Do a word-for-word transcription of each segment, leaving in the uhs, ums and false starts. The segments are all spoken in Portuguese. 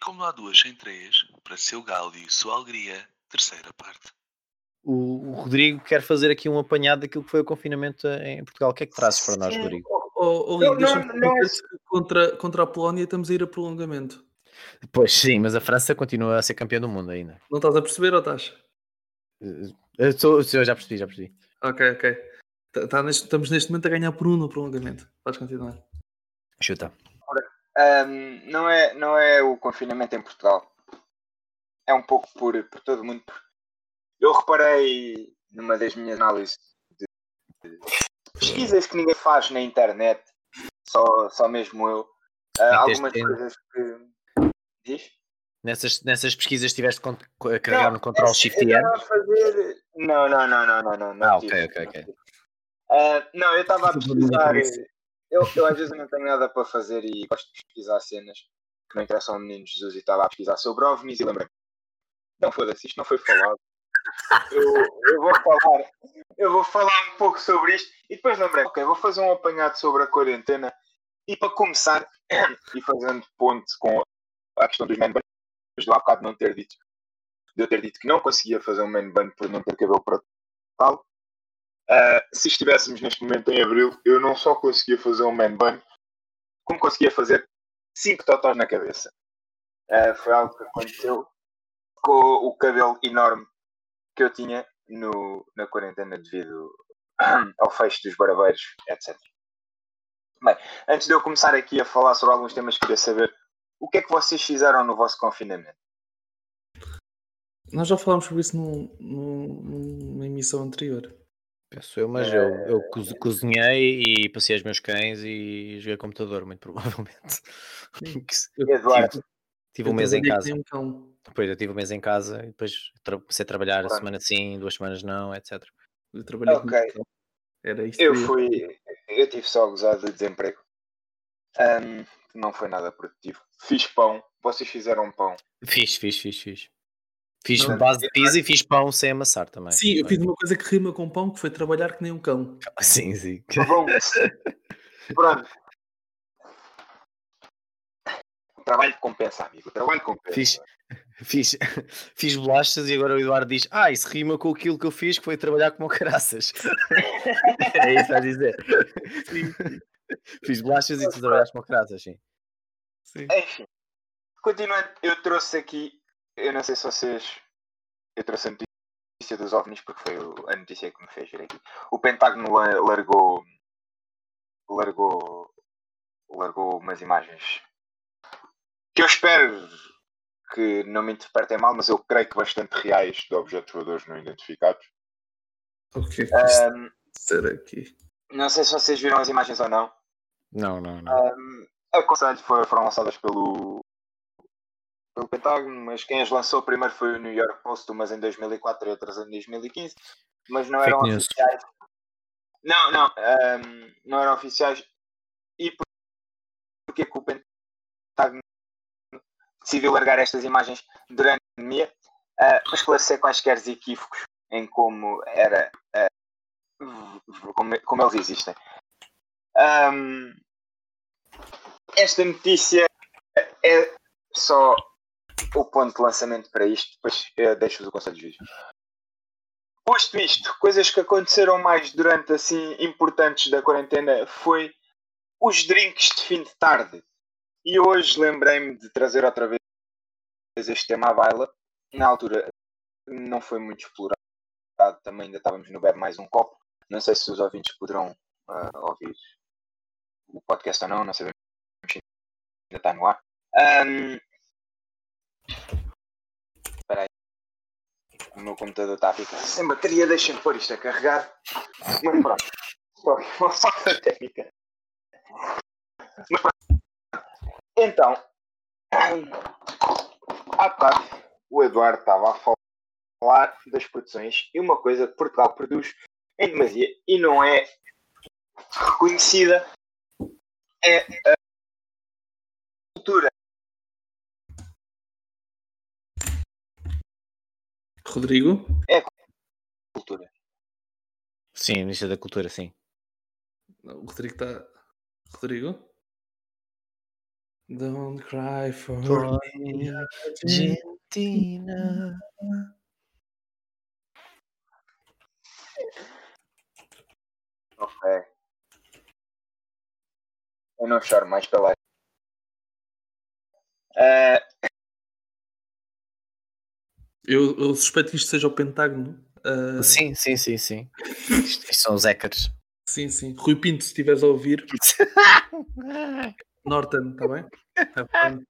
como não há duas sem três, para seu galo e sua alegria, terceira parte. O, o Rodrigo quer fazer aqui um apanhado daquilo que foi o confinamento em Portugal. O que é que trazes para nós, Sim. Rodrigo? Oh, oh, oh, Não, Ligo, deixa-me não, não é- dizer que contra, contra a Polónia estamos a ir a prolongamento. Pois sim, mas a França continua a ser campeã do mundo ainda. Não estás a perceber ou estás? Eh, Eu, sou, eu já percebi, já percebi. Ok, ok. Tá- tá neste- estamos neste momento a ganhar por um no prolongamento. Podes continuar. Chuta. Ahm, não, é, não é o confinamento em Portugal. É um pouco por, por todo o mundo. Eu reparei numa das minhas análises de pesquisas que ninguém faz na internet, só, só mesmo eu. ah, Em algumas teste- em- coisas que. Diz? Nessas, nessas pesquisas tiveste con- a carregar Não, no Ctrl esse- Shift eu N? estava a fazer. Não, não, não, não, não, não. não Ah, tive, ok, ok, não ok. tive. Ah, não, eu estava a Tudo bem, pesquisar. é isso. Eu, eu às vezes não tenho nada para fazer e gosto de pesquisar cenas que não interessam ao menino Jesus e estava a pesquisar sobre ovnis e lembrei. Não foda-se, isto não foi falado. Eu, eu vou falar, eu vou falar um pouco sobre isto e depois lembrei, ok, vou fazer um apanhado sobre a quarentena e para começar, e fazendo ponto com a questão dos man bans, do há bocado não ter dito, de eu ter dito que não conseguia fazer um man ban por não ter cabelo para tal. Uh, se estivéssemos neste momento em abril, eu não só conseguia fazer um man ban, como conseguia fazer cinco totós na cabeça. Uh, foi algo que aconteceu com o cabelo enorme que eu tinha no, na quarentena devido ao fecho dos barbeiros, etcétera. Bem, antes de eu começar aqui a falar sobre alguns temas, queria saber o que é que vocês fizeram no vosso confinamento? Nós já falámos sobre isso num, num- numa emissão anterior. Penso eu, mas eu, eu cozi- cozinhei e passei os meus cães e joguei computador, muito provavelmente. Que se- Eu, Eduardo, tive, tive eu um mês em trabalhei que casa. nem um cão. Depois eu tive um mês em casa e depois tra- comecei a trabalhar Pronto. semana sim, duas semanas não, etcétera. Eu trabalhei que nem Ok. um cão. Era isto eu que eu ia- fui, eu tive só a gozar de desemprego. Um, não foi nada produtivo. Fiz pão, vocês fizeram pão. Fiz, fiz, fiz, fiz. Fiz Não. base de pizza e fiz pão sem amassar também. Sim, eu fiz uma coisa que rima com pão, que foi trabalhar que nem um cão. Sim, sim. Pronto. Pronto. O trabalho compensa, amigo. O trabalho compensa. Fiz, fiz, fiz bolachas e agora o Eduardo diz: Ah, isso rima com aquilo que eu fiz, que foi trabalhar como caraças. É isso a dizer. Sim, Fiz bolachas e tu trabalhaste como caraças, sim. sim. Enfim, continuando, eu trouxe aqui, eu não sei se vocês, eu trouxe a notícia dos OVNIs porque foi o- a notícia que me fez vir aqui. O Pentágono la- largou, largou, largou umas imagens que eu espero que não me interpretem mal, mas eu creio que bastante reais de objetos voadores não identificados. O que é que isto Um, ser aqui? não sei se vocês viram as imagens ou não. Não, não, não. Um, aconselho, foram, foram lançadas pelo, pelo Pentágono, mas quem as lançou primeiro foi o New York Post, umas em dois mil e quatro e outras em dois mil e quinze, mas não Fake eram news. oficiais. Não, não, um, não eram oficiais. E por- porque que o Pentágono decidiu largar estas imagens durante a pandemia? Uh, para esclarecer quaisquer equívocos em como era, uh, como, como eles existem. Um, esta notícia é só o ponto de lançamento para isto, depois eu deixo-vos o conselho de vídeo. Posto isto, coisas que aconteceram mais durante, assim, importantes da quarentena foi os drinks de fim de tarde. E hoje lembrei-me de trazer outra vez este tema à baila. Na altura não foi muito explorado, também ainda estávamos no Bebe Mais Um Copo. Não sei se os ouvintes poderão uh, ouvir o podcast ou não, não sabemos se ainda está no ar. Um, Espera aí. O meu computador está a ficar sem bateria, deixem-me pôr isto a carregar. Mas pronto. Só uma falta técnica. Mas pronto. Então, há bocado o Eduardo estava a falar das produções e uma coisa que Portugal produz em demasia e não é reconhecida é a cultura. Rodrigo? É a cultura. Sim, Ministro da Cultura, sim. Não, o Rodrigo está. Rodrigo? Don't cry for For me, me, Argentina. Argentina. Ok. Eu não choro mais pela. Uh, Eu, eu suspeito que isto seja o Pentágono. Ah, Sim, sim, sim, sim. Isto, isto são os hackers. sim, sim. Rui Pinto, se estiveres a ouvir, Norton, está bem? Have fun.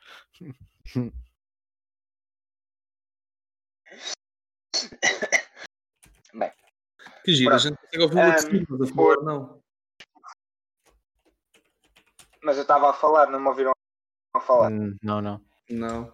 Bem, Que giro, a pronto. gente consegue ouvir o Um, Alexandre, mas a por- falar não. mas eu estava a falar, não me ouviram a falar. Hum, Não, não. Não.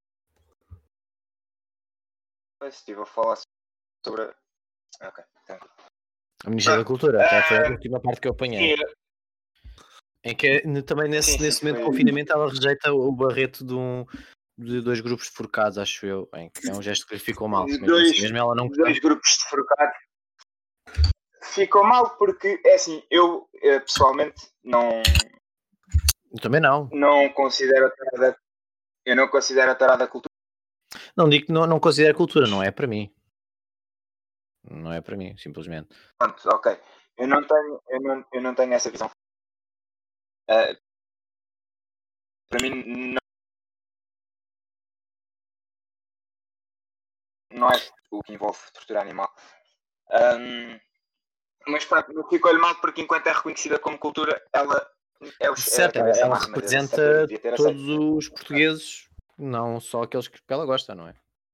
Mas estive a falar sobre. Ok, tranquilo. A Ministra da Cultura, até foi a Ah, última parte que eu apanhei. Sim, Em que ne- também nesse, Sim, sim, nesse momento de foi- confinamento ela rejeita o Barreto de, um, de dois grupos forcados, acho eu. Em que é um gesto que lhe ficou mal. Mesmo, dois, assim, mesmo ela não gostar. dois grupos de forcados. Ficou mal porque, é assim, eu eh, pessoalmente não, Eu também não. não considero a tarada, eu não considero a tarada cultura. Não digo que não, não considero cultura, não é para mim. Não é para mim, simplesmente. Pronto, ok. Eu não tenho, eu não, eu não tenho essa visão. Eh, para mim, não, não é o que envolve tortura animal. Ahm, mas pronto, não ficou-lhe mal porque, enquanto é reconhecida como cultura, ela é, o, Certo, é a ela, cabeça ela máxima desse representa setor, devia ter todos aceito. os portugueses, não só aqueles que ela gosta, não é?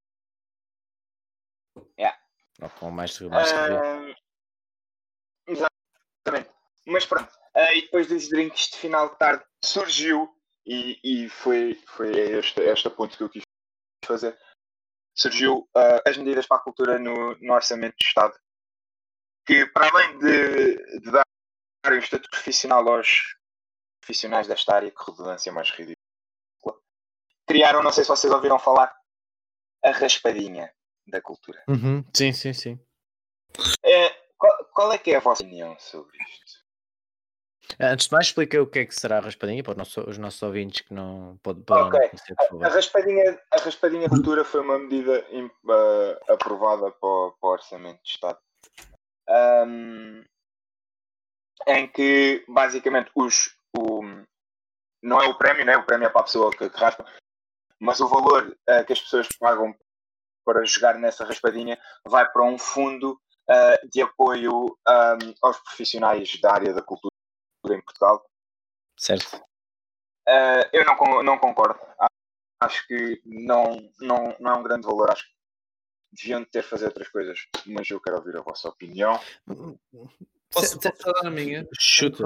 Yeah. Ou com mais, mais se revê. Ahm, exatamente. Mas pronto, ah, e depois dos drinks de final de tarde surgiu, e, e foi, foi este, este ponto que eu quis fazer, surgiu ah, as medidas para a cultura no, no Orçamento de Estado, que para além de, de dar um estatuto profissional aos profissionais desta área, que redundância mais ridícula, criaram, não sei se vocês ouviram falar, a raspadinha da cultura. Uhum, sim, sim, sim. É, qual, qual é que é a vossa opinião sobre isto? Antes de mais, explica o que é que será a raspadinha para os nossos, os nossos ouvintes que não pode, poderão Ok. não conhecer, por A favor. raspadinha, a raspadinha cultura foi uma medida uh, aprovada para o, para o Orçamento de Estado, um, em que basicamente os, o, não é o prémio, né? O prémio é para a pessoa que, que raspa, mas o valor uh, que as pessoas pagam para jogar nessa raspadinha vai para um fundo uh, de apoio um, aos profissionais da área da cultura em Portugal. Certo. Uh, eu não, não concordo. Acho que não, não, não é um grande valor. Acho que deviam ter fazer outras coisas, mas eu quero ouvir a vossa opinião. Posso, posso só dar a minha? Chuta.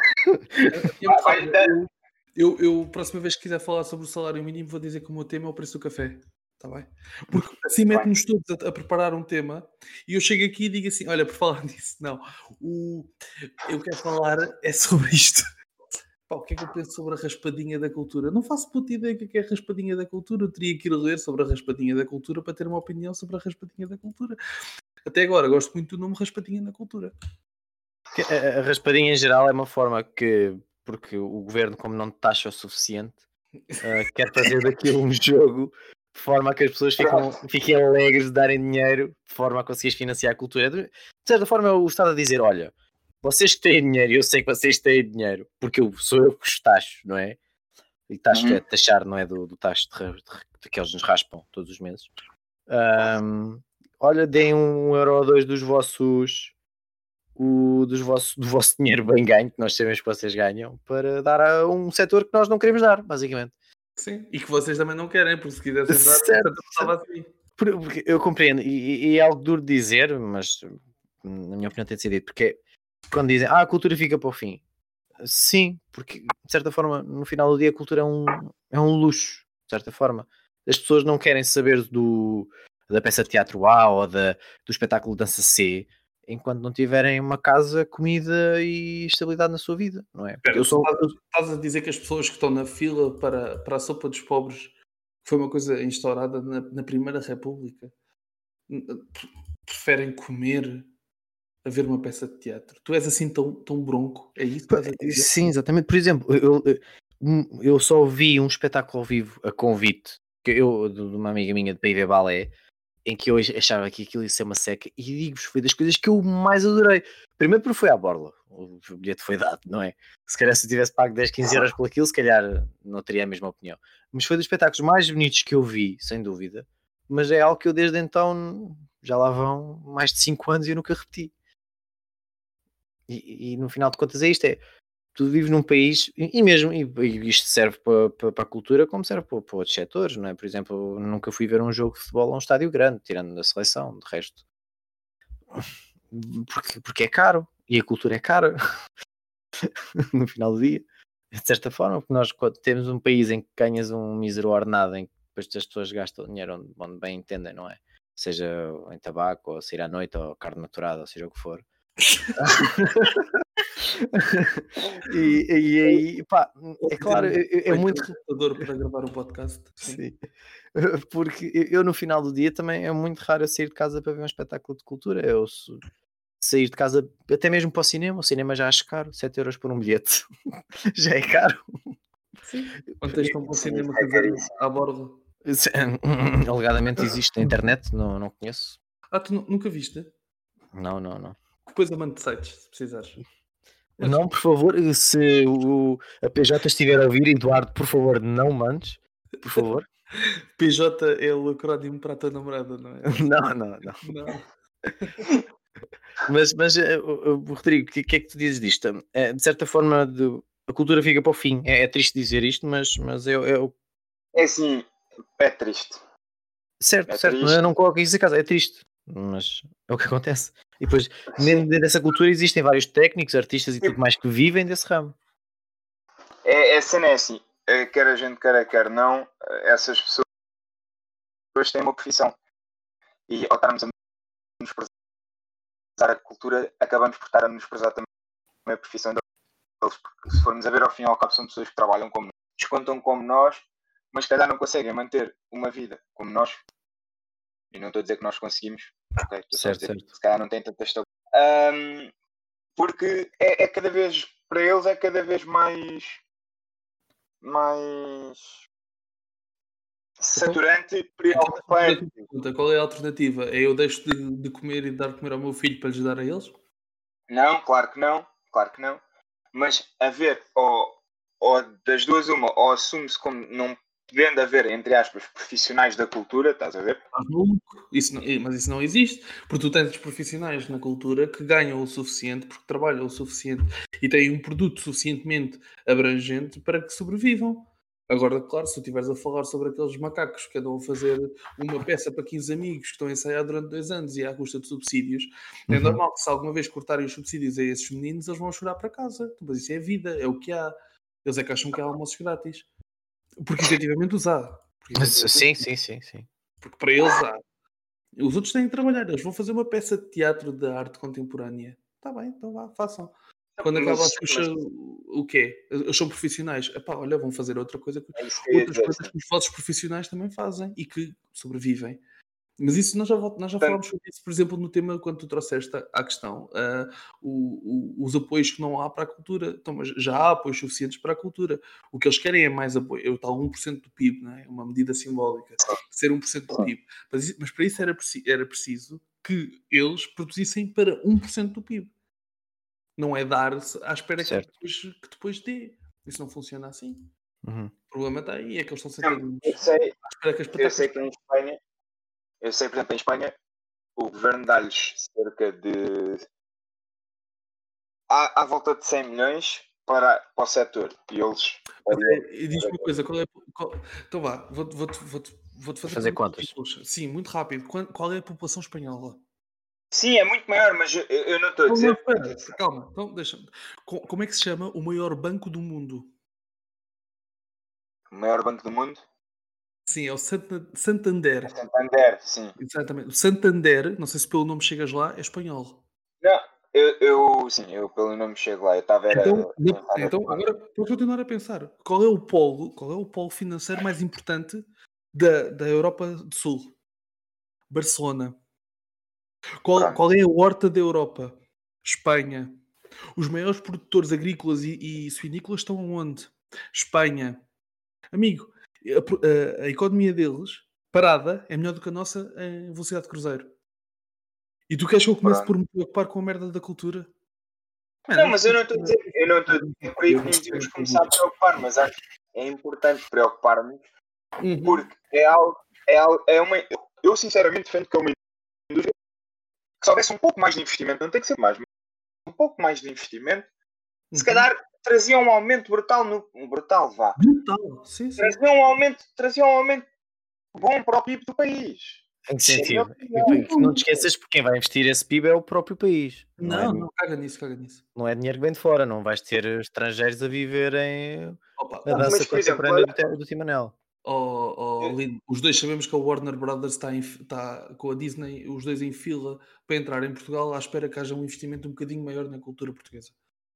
Eu, eu, eu, próxima vez que quiser falar sobre o salário mínimo, vou dizer que o meu tema é o preço do café. Está bem? Porque assim mete-nos todos a, a preparar um tema e eu chego aqui e digo assim: olha, por falar nisso, não, o, eu quero falar é sobre isto. Pá, o que é que eu penso sobre a raspadinha da cultura? Não faço puta ideia do que é a raspadinha da cultura. Eu teria que ir ler sobre a raspadinha da cultura para ter uma opinião sobre a raspadinha da cultura. Até agora, gosto muito do nome raspadinha da cultura. A, a raspadinha em geral é uma forma que, porque o governo, como não taxa o suficiente, uh, quer fazer daquilo um jogo de forma a que as pessoas ficam, fiquem alegres de darem dinheiro de forma a conseguir financiar a cultura. De certa forma, é o Estado a dizer: olha, vocês que têm dinheiro, eu sei que vocês têm dinheiro, porque eu sou eu que os taxo, não é? E taxo uhum. é taxar, não é do, do taxo de, de, de que eles nos raspam todos os meses. Um, olha, deem um euro ou dois dos vossos, o, dos vossos, do vosso dinheiro bem ganho, que nós sabemos que vocês ganham, para dar a um setor que nós não queremos dar, basicamente. Sim, e que vocês também não querem, porque se quisessem dar, certo, estava assim. Porque eu compreendo, e, e é algo duro de dizer, mas na minha opinião tem de ser dito, porque quando dizem, ah, a cultura fica para o fim. Sim, porque de certa forma, no final do dia, a cultura é um, é um luxo, de certa forma. As pessoas não querem saber do, da peça de teatro A ou da, do espetáculo de dança C, enquanto não tiverem uma casa, comida e estabilidade na sua vida, não é? Pera, eu sou... estás, estás a dizer que as pessoas que estão na fila para, para a sopa dos pobres foi uma coisa instaurada na, na Primeira República, preferem comer a ver uma peça de teatro? Tu és assim tão, tão bronco? É isso que estás a dizer? Sim, exatamente. Por exemplo, eu, eu, eu só vi um espetáculo ao vivo a convite que eu, de uma amiga minha de para ir ver balé, em que eu achava que aquilo ia ser uma seca, e digo-vos, foi das coisas que eu mais adorei. Primeiro porque foi à borla, o bilhete foi dado, não é? Se calhar se eu tivesse pago dez, quinze euros por aquilo, se calhar não teria a mesma opinião. Mas foi dos espetáculos mais bonitos que eu vi, sem dúvida. Mas é algo que eu desde então, já lá vão mais de cinco anos e eu nunca repeti. E, e no final de contas é isto, é tu vives num país, e, e mesmo, e, e isto serve para, para, para a cultura como serve para, para outros setores, não é? Por exemplo, eu nunca fui ver um jogo de futebol a um estádio grande, tirando da seleção, de resto. Porque, porque é caro, e a cultura é cara, no final do dia. De certa forma, porque nós quando temos um país em que ganhas um mísero ordenado, em que depois as pessoas gastam dinheiro onde, onde bem entendem, não é? Seja em tabaco, ou sair à noite, ou carne maturada, ou seja o que for. e, e aí, pá, é claro, é, é muito computador para gravar o podcast. Sim. Sim. Porque eu, eu no final do dia também é muito raro eu sair de casa para ver um espetáculo de cultura. Eu sair de casa até mesmo para o cinema, o cinema já acho caro, sete euros por um bilhete. Já é caro. Sim. Quando tens tão bom cinema que ver à borda. Alegadamente existe na internet, não, não conheço. Ah, tu nunca viste? Não, não, não. Depois amante sites, se precisares. Mas... Não, por favor, se o, a P J estiver a ouvir, Eduardo, por favor, não mandes, por favor. P J é o acrónimo para a tua namorada, não é? Não, não, não. não. mas, mas uh, Rodrigo, o que, que é que tu dizes disto? É, de certa forma, de, a cultura fica para o fim. É, é triste dizer isto, mas, mas é, é o... É assim, é triste. Certo, é certo, triste. eu não coloco isso a casa, é triste, mas é o que acontece. E depois, dentro dessa cultura existem vários técnicos, artistas e tudo mais que vivem desse ramo. É, a cena é assim, quer a gente queira, quer não, essas pessoas têm uma profissão. E ao estarmos a menosprezar a cultura, acabamos por estar a menosprezar também a profissão deles. Porque se formos a ver, ao fim e ao cabo, são pessoas que trabalham como nós, descontam como nós, mas se calhar não conseguem manter uma vida como nós. E não estou a dizer que nós conseguimos, ok? Estou certo, a dizer certo. que se calhar não tem tanta estabilidade. Um, porque é, é cada vez, para eles é cada vez mais mais saturante, preocupante. Qual é a alternativa? É eu deixo de, de comer e de dar de comer ao meu filho para lhes dar a eles? Não, claro que não, claro que não. Mas haver, ou, ou das duas uma, ou assume-se como não podendo haver, entre aspas, profissionais da cultura, estás a ver? Ah, isso não, mas isso não existe, porque tu tens profissionais na cultura que ganham o suficiente, porque trabalham o suficiente e têm um produto suficientemente abrangente para que sobrevivam. Agora, claro, se tu estiveres a falar sobre aqueles macacos que andam a fazer uma peça para quinze amigos que estão a ensaiar durante dois anos e à custa de subsídios, uhum. É normal que se alguma vez cortarem os subsídios a esses meninos, eles vão chorar para casa. Mas isso é a vida, é o que há. Eles é que acham que há almoços grátis. Porque efetivamente os há. Sim, sim, sim, sim. Porque para eles há. Os outros têm de trabalhar. Eles vão fazer uma peça de teatro de arte contemporânea. Está bem, então vá, façam. Quando acaba a puxa, o quê? Eles são profissionais. Epá, olha, vão fazer outra coisa. Que... É Outras dizer, coisas sim. que os vossos profissionais também fazem e que sobrevivem. Mas isso nós já, nós já falámos sobre isso, por exemplo, no tema quando tu trouxeste à questão uh, o, o, os apoios que não há para a cultura. Então, mas já há apoios suficientes para a cultura. O que eles querem é mais apoio. É o tal um por cento do P I B, não é? Uma medida simbólica. Ser um por cento do P I B. Mas, mas para isso era, era preciso que eles produzissem para um por cento do P I B. Não é dar à espera que depois, que depois dê. Isso não funciona assim. Uhum. O problema está aí, é que eles estão sentados eu sei, à espera que as eu sei que em Espanha, eu sei, por exemplo, em Espanha, o governo dá-lhes cerca de à, à volta de cem milhões para, para o setor. E eles. E diz uma coisa, qual é. Qual, então vá, vou-te vou vou vou fazer, fazer contas. Sim, muito rápido. Qual, qual é a população espanhola? Sim, é muito maior, mas eu, eu não estou a dizer. Não, não, espera, calma, então deixa-me. Como é que se chama o maior banco do mundo? O maior banco do mundo? Sim, é o Santander. É Santander, sim. Exatamente. O Santander, não sei se pelo nome chegas lá, é espanhol. Não, eu, eu sim, eu pelo nome chego lá. Eu estava então, a, então agora vou continuar a pensar. Qual é o polo, qual é o polo financeiro mais importante da, da Europa do Sul? Barcelona. Qual, qual é a horta da Europa? Espanha. Os maiores produtores agrícolas e, e suinícolas estão onde? Espanha. Amigo, a, a, a economia deles, parada, é melhor do que a nossa em velocidade de cruzeiro. E tu queres que eu comece por me preocupar com a merda da cultura? Não, mas eu não estou a dizer, eu não estou a dizer por aí que nos devemos começar a preocupar, mas acho que é importante preocupar-nos, Uhum. porque é algo, é algo, é uma, eu sinceramente defendo que é uma indústria que se houvesse um pouco mais de investimento, não tem que ser mais, mas um pouco mais de investimento, se Uhum. calhar trazia um aumento brutal, no, um brutal vá, Brutal, sim, sim. trazia um aumento, trazia um aumento bom para o P I B do país. Incentivo. E que não te esqueças, porque quem vai investir esse P I B é o próprio país. Não, Não, é, não, caga nisso, caga nisso. não é dinheiro que vem de fora, não vais ter estrangeiros a viverem Opa, a dança mas, por exemplo, contemporânea do, do Timanel. oh, oh, Eu- Lino, os dois sabemos que a Warner Brothers está, em, está com a Disney, os dois em fila para entrar em Portugal à espera que haja um investimento um bocadinho maior na cultura portuguesa.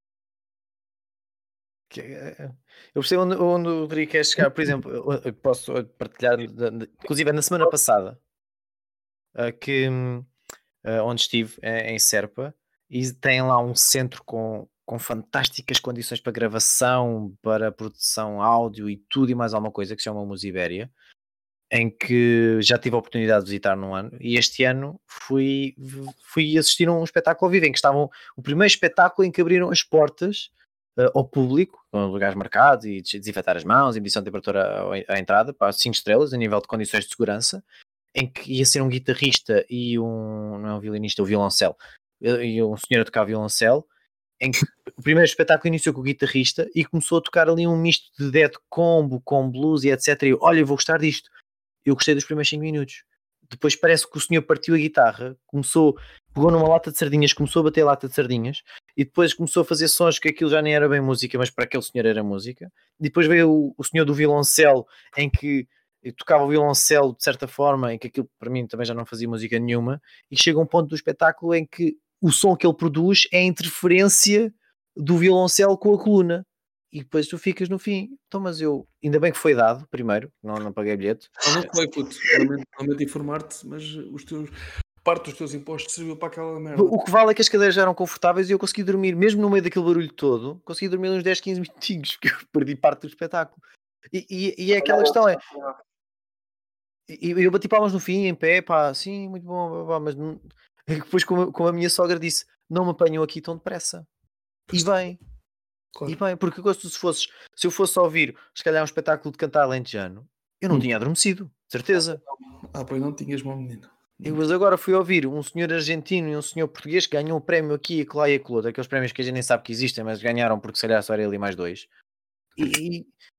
Que é- Eu percebo onde, onde o Rodrigo quer chegar. Por exemplo, eu, eu posso partilhar, de- de- inclusive na semana passada, ah, que, hum, ah, onde estive, eh, em Serpa, e tem lá um centro com, com fantásticas condições para gravação, para produção áudio e tudo e mais alguma coisa, que se chama Musibéria, em que já tive a oportunidade de visitar num ano, e este ano fui, fui assistir a um espetáculo ao vivo, em que estavam, o primeiro espetáculo em que abriram as portas uh, ao público, com lugares marcados, e des- desinfetar as mãos, e medição de temperatura à, à entrada, para cinco estrelas, a nível de condições de segurança, em que ia ser um guitarrista e um, não é um violinista, um violoncelo, e um senhor a tocar violoncelo, em que o primeiro espetáculo iniciou com o guitarrista e começou a tocar ali um misto de dead combo com blues e etcétera. E eu, olha, eu vou gostar disto. Eu gostei dos primeiros cinco minutos. Depois parece que o senhor partiu a guitarra, começou, pegou numa lata de sardinhas, começou a bater a lata de sardinhas, e depois começou a fazer sons que aquilo já nem era bem música, mas para aquele senhor era música. E depois veio o, o senhor do violoncelo, em que tocava o violoncelo de certa forma, em que aquilo para mim também já não fazia música nenhuma, e chega um ponto do espetáculo em que o som que ele produz é a interferência do violoncelo com a coluna. E depois tu ficas no fim, então, mas eu, ainda bem que foi dado primeiro, não, não paguei bilhete. Não, não foi, puto. Lamento, lamento informar-te, mas os teus, parte dos teus impostos serviu para aquela merda. O que vale é que as cadeiras já eram confortáveis e eu consegui dormir, mesmo no meio daquele barulho todo, consegui dormir uns dez, quinze minutinhos, porque eu perdi parte do espetáculo. E, e, e é aquela questão, é, e eu bati palmas no fim, em pé, pá, sim, muito bom, blá, blá, mas não- depois como, como a minha sogra disse, não me apanham aqui tão depressa. E bem, Claro. e bem, porque eu gosto se fosses, se eu fosse ouvir, se calhar um espetáculo de cantar alentejano, eu não Hum. tinha adormecido, de certeza. Ah, pois não tinhas, meu menino. Eu mas agora fui ouvir um senhor argentino e um senhor português que ganham um prémio aqui, acolá e acolá, daqueles prémios que a gente nem sabe que existem, mas ganharam porque se calhar só era ali mais dois. E, e-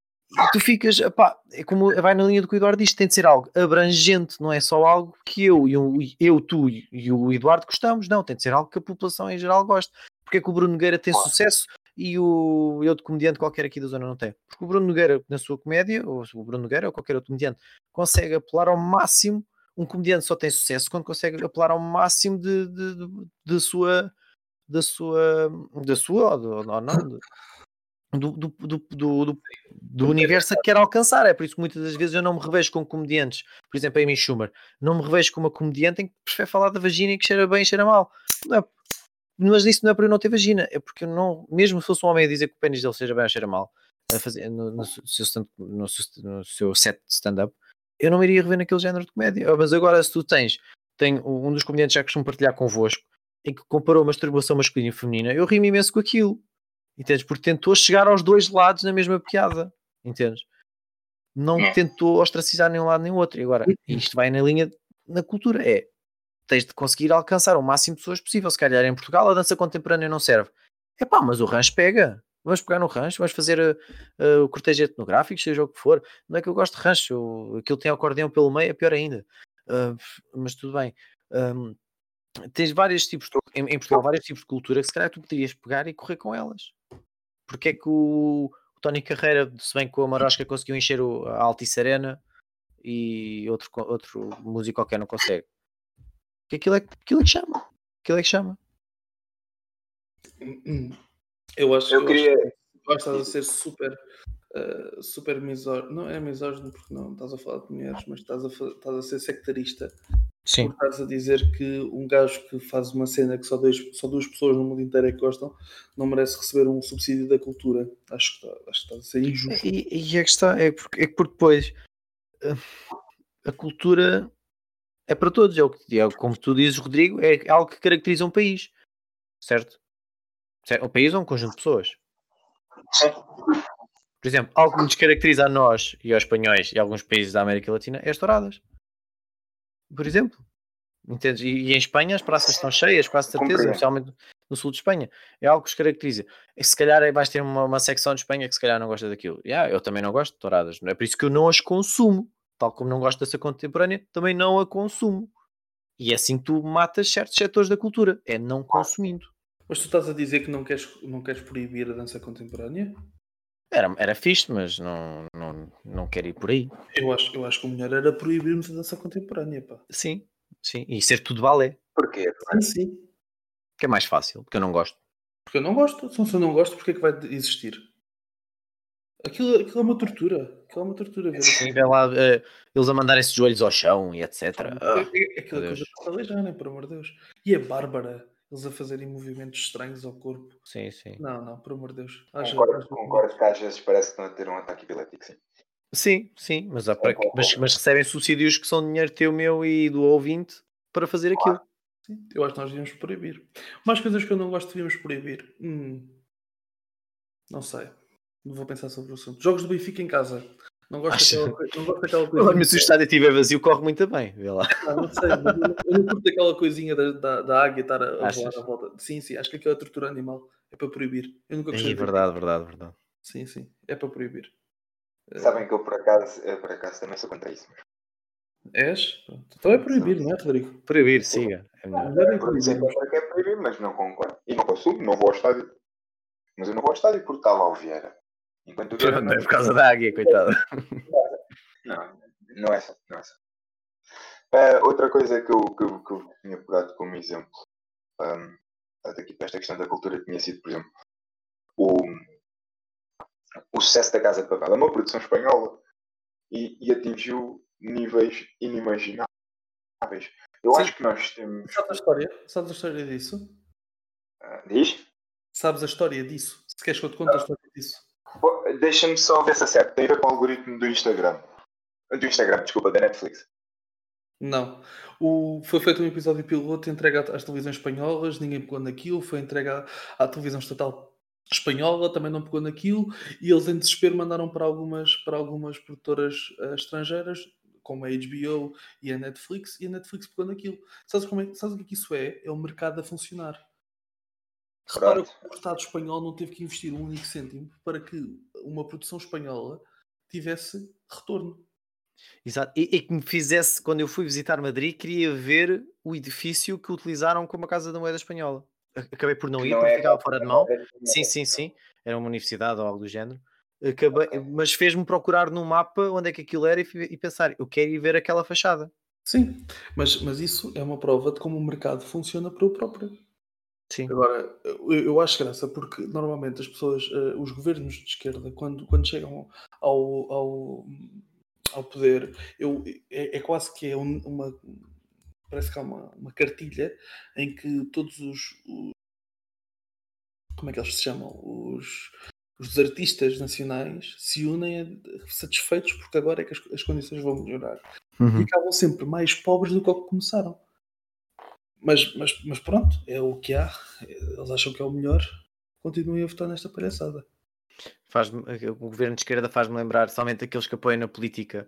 e tu ficas, epá, é como vai na linha do que o Eduardo diz, tem de ser algo abrangente, não é só algo que eu, e o- eu tu e o Eduardo gostamos, não, tem de ser algo que a população em geral goste. Porque é que o Bruno Nogueira tem sucesso e o outro comediante qualquer aqui da zona não tem? Porque o Bruno Nogueira, na sua comédia, ou o Bruno Nogueira ou qualquer outro comediante, consegue apelar ao máximo. Um comediante só tem sucesso quando consegue apelar ao máximo de, de, de, de sua da sua da sua ou, do, ou não, do, do, do, do, do, do universo que quer alcançar. É por isso que muitas das vezes eu não me revejo com comediantes, por exemplo a Amy Schumer, não me revejo com uma comediante em que prefere falar da vagina e que cheira bem e cheira mal. Não é, mas isso não é por eu não ter vagina, é porque eu não, mesmo se fosse um homem a dizer que o pênis dele cheira bem ou cheira mal, a fazer, no, no, seu stand, no, seu, no seu set de stand-up, eu não me iria rever naquele género de comédia. Mas agora, se tu tens, tem um dos comediantes já costumo partilhar convosco, em que comparou masturbação masculina e feminina, eu ri-me imenso com aquilo, entendes? Porque tentou chegar aos dois lados na mesma piada, entendes? Não tentou ostracizar nenhum lado nem o outro. E agora, isto vai na linha, na cultura, é, tens de conseguir alcançar o máximo de pessoas possível. Se calhar em Portugal a dança contemporânea não serve. É pá, mas o rancho pega. Vamos pegar no rancho, vamos fazer uh, uh, o cortejo etnográfico, seja o que for. Não é que eu gosto de rancho, eu, aquilo tem acordeão pelo meio, é pior ainda. Uh, mas tudo bem. Um, tens vários tipos, de, em, em Portugal, vários tipos de cultura que se calhar tu poderias pegar e correr com elas. Porque é que o, o Tony Carreira, se bem que com a Marosca conseguiu encher o, a Altice Arena e outro, outro músico qualquer não consegue? Que aquilo é, aquilo é que chama. Aquilo é que chama. Eu acho, Eu eu queria- acho que estás a ser super, uh, super misógino. Não é misógino porque não estás a falar de mulheres, mas estás a, fa- estás a ser sectarista Sim. Por estás a dizer que um gajo que faz uma cena que só, dois, só duas pessoas no mundo inteiro é que gostam não merece receber um subsídio da cultura. Acho que está, acho que está a ser injusto. E, e a questão é porque, é porque depois a, a cultura é para todos. É, o que, é como tu dizes, Rodrigo, é algo que caracteriza um país, certo? O país é um conjunto de pessoas. Sim. Por exemplo, algo que nos caracteriza a nós e aos espanhóis e a alguns países da América Latina é as touradas. Por exemplo. Entendes? E, e em Espanha as praças estão cheias, quase certeza, Compreendo. especialmente no sul de Espanha. É algo que os caracteriza. E se calhar aí vais ter uma, uma secção de Espanha que se calhar não gosta daquilo. Yeah, eu também não gosto de touradas. Não é por isso que eu não as consumo. Tal como não gosto dessa contemporânea, também não a consumo. E é assim que tu matas certos setores da cultura. É não consumindo. Mas tu estás a dizer que não queres, não queres proibir a dança contemporânea? Era, era fixe, mas não, não, não quero ir por aí. Eu acho, eu acho que o melhor era proibirmos a dança contemporânea, pá. Sim, sim. E ser tudo balé. Porquê? Sim, sim. Que é mais fácil, porque eu não gosto. Porque eu não gosto. Se eu não gosto, porque é que vai existir? Aquilo, aquilo é uma tortura. Aquilo é uma tortura. Ver Sim, vê lá eh, eles a mandarem-se de joelhos ao chão e etcétera. Ah, É- é- Aquilo é meu coisa Deus. para aleijarem, por amor de Deus. E a Bárbara, eles a fazerem movimentos estranhos ao corpo. Sim, sim. Não, não, por amor de Deus. Haja- Concordo, haja- concordo que às vezes parece que estão a ter um ataque epilético, sim. Sim, sim, mas, há para que- mas, mas recebem subsídios que são dinheiro teu, meu e do ouvinte para fazer aquilo. Sim, eu acho que nós devíamos proibir. Mais coisas que eu não gosto devíamos proibir. Hum, não sei. Não vou pensar sobre o assunto. Jogos do Benfica em casa. Não gosto Acho- daquela, coi- não gosto daquela Olha, coisinha. mas se o estádio estiver vazio, corre muito bem. Vê lá. Ah, não sei, mas eu não, eu não curto daquela coisinha da, da, da águia estar a, a voar Achas? à volta. Sim, sim, acho que aquilo é tortura animal. É para proibir. Eu nunca gostei Ih, de verdade, verdade, verdade. Sim, sim, é para proibir. Sabem que eu por acaso, eu, por acaso também sou contra isso. És? Pronto. Então é proibir, não é, Rodrigo? Proibir, siga. É melhor. Melhor é Por dizer proibir. contra que é proibir, mas não concordo. E não consumo, não vou ao estádio. Mas eu não vou ao estádio porque está lá o Vieira. Enquanto o Vieira Não não... é por causa da águia, coitado. Não, não é só. Não é só. Ah, outra coisa que eu, que, eu, que eu tinha pegado como exemplo, um, daqui para esta questão da cultura, tinha sido, por exemplo, o, o sucesso da Casa de Papel. É uma produção espanhola e, e atingiu níveis inimagináveis. Eu Sim. acho que nós temos. Sabes a história? Sabes a história disso? Ah, diz? Sabes a história disso? Se queres que eu te conte a história disso. Pô, deixa-me só ver se acerto. Tem a ver com o algoritmo do Instagram. Do Instagram, desculpa, da Netflix. Não. O, foi feito um episódio piloto entregue às televisões espanholas, ninguém pegou naquilo, foi entregue à, à televisão estatal espanhola, também não pegou naquilo, e eles em desespero mandaram para algumas, para algumas produtoras uh, estrangeiras, como a H B O e a Netflix, e a Netflix pegou naquilo. Sabes, como é, sabes o que é que isso é? É o mercado a funcionar. Repara que o Estado espanhol não teve que investir um único cêntimo para que uma produção espanhola tivesse retorno. Exato. E, e que me fizesse, quando eu fui visitar Madrid, queria ver o edifício que utilizaram como a Casa da Moeda Espanhola. Acabei por não Que ir, não porque é ficava aquela fora de que mão. não é- Sim, sim, sim. Era uma universidade ou algo do género. Acabei, Ok. mas fez-me procurar no mapa onde é que aquilo era e, fui- e pensar, eu quero ir ver aquela fachada. Sim, mas, mas isso é uma prova de como o mercado funciona para o próprio. Sim. Agora, eu, eu acho graça porque normalmente as pessoas, eh, os governos de esquerda, quando, quando chegam ao, ao, ao poder, eu, é, é quase que é um- uma. Parece que há uma, uma cartilha em que todos os, os- como é que eles se chamam? Os, os artistas nacionais se unem a- satisfeitos porque agora é que as, as condições vão melhorar. E acabam sempre mais pobres do que o que começaram. Mas, mas, mas pronto, é o que há. Eles acham que é o melhor. Continuem a votar nesta palhaçada. Faz-me- o governo de esquerda faz-me lembrar somente aqueles que apoiam na política.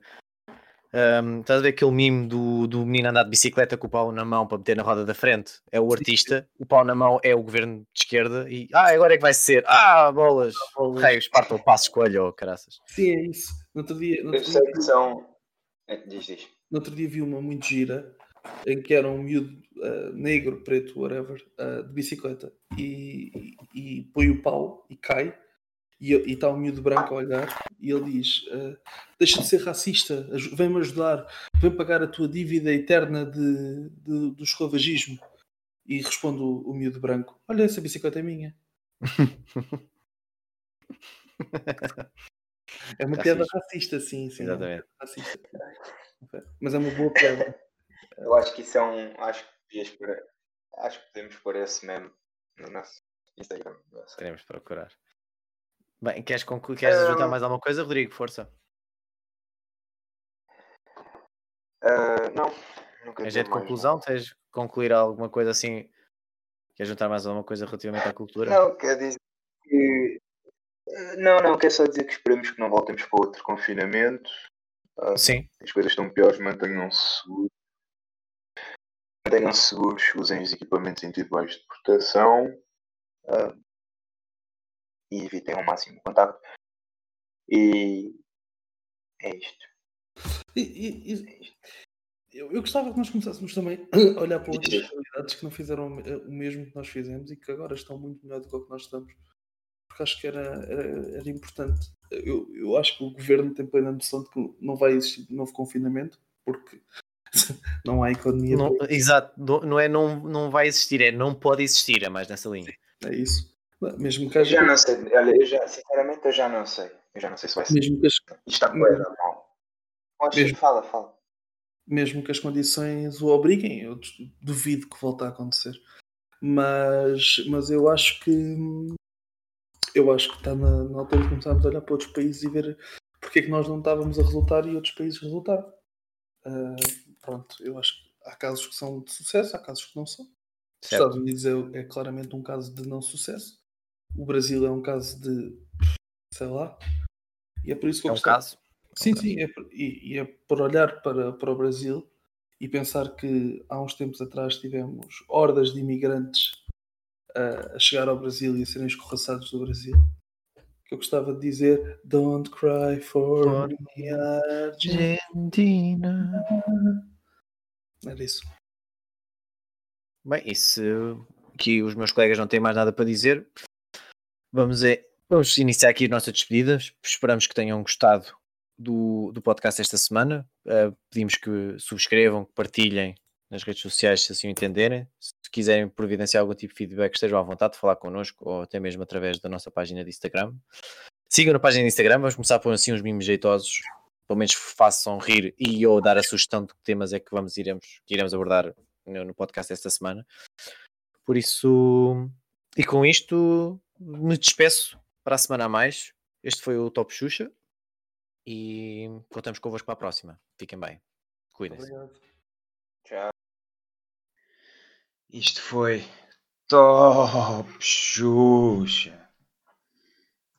Um, estás a ver aquele mime do, do menino andar de bicicleta com o pau na mão para meter na roda da frente? É o artista, o pau na mão é o governo de esquerda e ah, agora é que vai ser. Ah, bolas! bolas. Raios, parta o passo escolha, oh, caraças. Sim, é isso. No outro dia, no Eu outro sei dia, que são. É, Diz, diz. no outro dia vi uma muito gira em que era um miúdo uh, negro, preto, whatever, uh, de bicicleta e, e, e põe o pau e cai. E está um miúdo branco a olhar e ele diz uh, deixa de ser racista, aj- vem-me ajudar, vem pagar a tua dívida eterna de, de- do esclavagismo. E responde o, o miúdo branco, olha, essa bicicleta é minha. É uma piada Racismo. racista, sim, sim, é uma Exatamente. piada racista. Mas é uma boa piada. Eu acho que isso é um. Acho que, podias pôr- acho que podemos pôr esse meme no nosso Instagram. Não sei. Teremos de procurar. Bem, queres, conclu... queres juntar Ah, mais alguma coisa, Rodrigo? Força. ah, não, nunca Queres tenho ir de mais conclusão? nada. Tens de concluir alguma coisa assim? Queres juntar mais alguma coisa relativamente à cultura? Não, quer dizer que. ah, Não, não, quer só dizer que esperemos que não voltemos para outro confinamento. Ah, Sim, as coisas estão piores, mantenham-se seguros, mantenham-se seguros, usem os equipamentos individuais de proteção ah, e evitem ao máximo o contacto. E é isto. E, e- e- eu, eu gostava que nós começássemos também a olhar para outras Diz. realidades que não fizeram o mesmo que nós fizemos e que agora estão muito melhor do que o que nós estamos. Porque acho que era, era, era importante. Eu, eu acho que o governo tem plena noção de que não vai existir novo confinamento porque não há economia não, para isso. exato. Não não é não, não vai existir, é não pode existir, é mais nessa linha. É isso. Mesmo que Eu haja. já não sei, olha, eu já, sinceramente, eu já não sei. Eu já não sei se vai ser. Mesmo que as, Isto está coisa mal. Acho- mesmo, Fala, fala. mesmo que as condições o obriguem, eu duvido que volte a acontecer. Mas, mas eu acho que eu acho que está na, na altura de começarmos a olhar para outros países e ver porque é que nós não estávamos a resultar e outros países resultaram. Ah, pronto, eu acho que há casos que são de sucesso, há casos que não são. Os Certo. Estados Unidos é, é claramente um caso de não sucesso. O Brasil é um caso de sei lá. E é por isso que É eu um gostava. caso. É um Sim, caso. sim, é por, e, e é por olhar para, para o Brasil e pensar que há uns tempos atrás tivemos hordas de imigrantes a, a chegar ao Brasil e a serem escorraçados do Brasil. Que eu gostava de dizer Don't cry for, For me, me, Argentina. Argentina. Era isso. Bem, e se aqui os meus colegas não têm mais nada para dizer, vamos, é, vamos iniciar aqui as nossas despedidas. Esperamos que tenham gostado do, do podcast esta semana. Uh, pedimos que subscrevam, que partilhem nas redes sociais se assim o entenderem. Se quiserem providenciar algum tipo de feedback, estejam à vontade de falar connosco ou até mesmo através da nossa página de Instagram. Sigam na página de Instagram, vamos começar por assim uns mimos jeitosos, pelo menos façam rir e ou dar a sugestão de que temas é que vamos iremos, que iremos abordar no, no podcast esta semana. Por isso, e com isto me despeço para a semana a mais. Este foi o Top Xuxa e contamos convosco para a próxima. Fiquem bem, cuidem-se. Obrigado. Tchau. Isto foi Top Xuxa.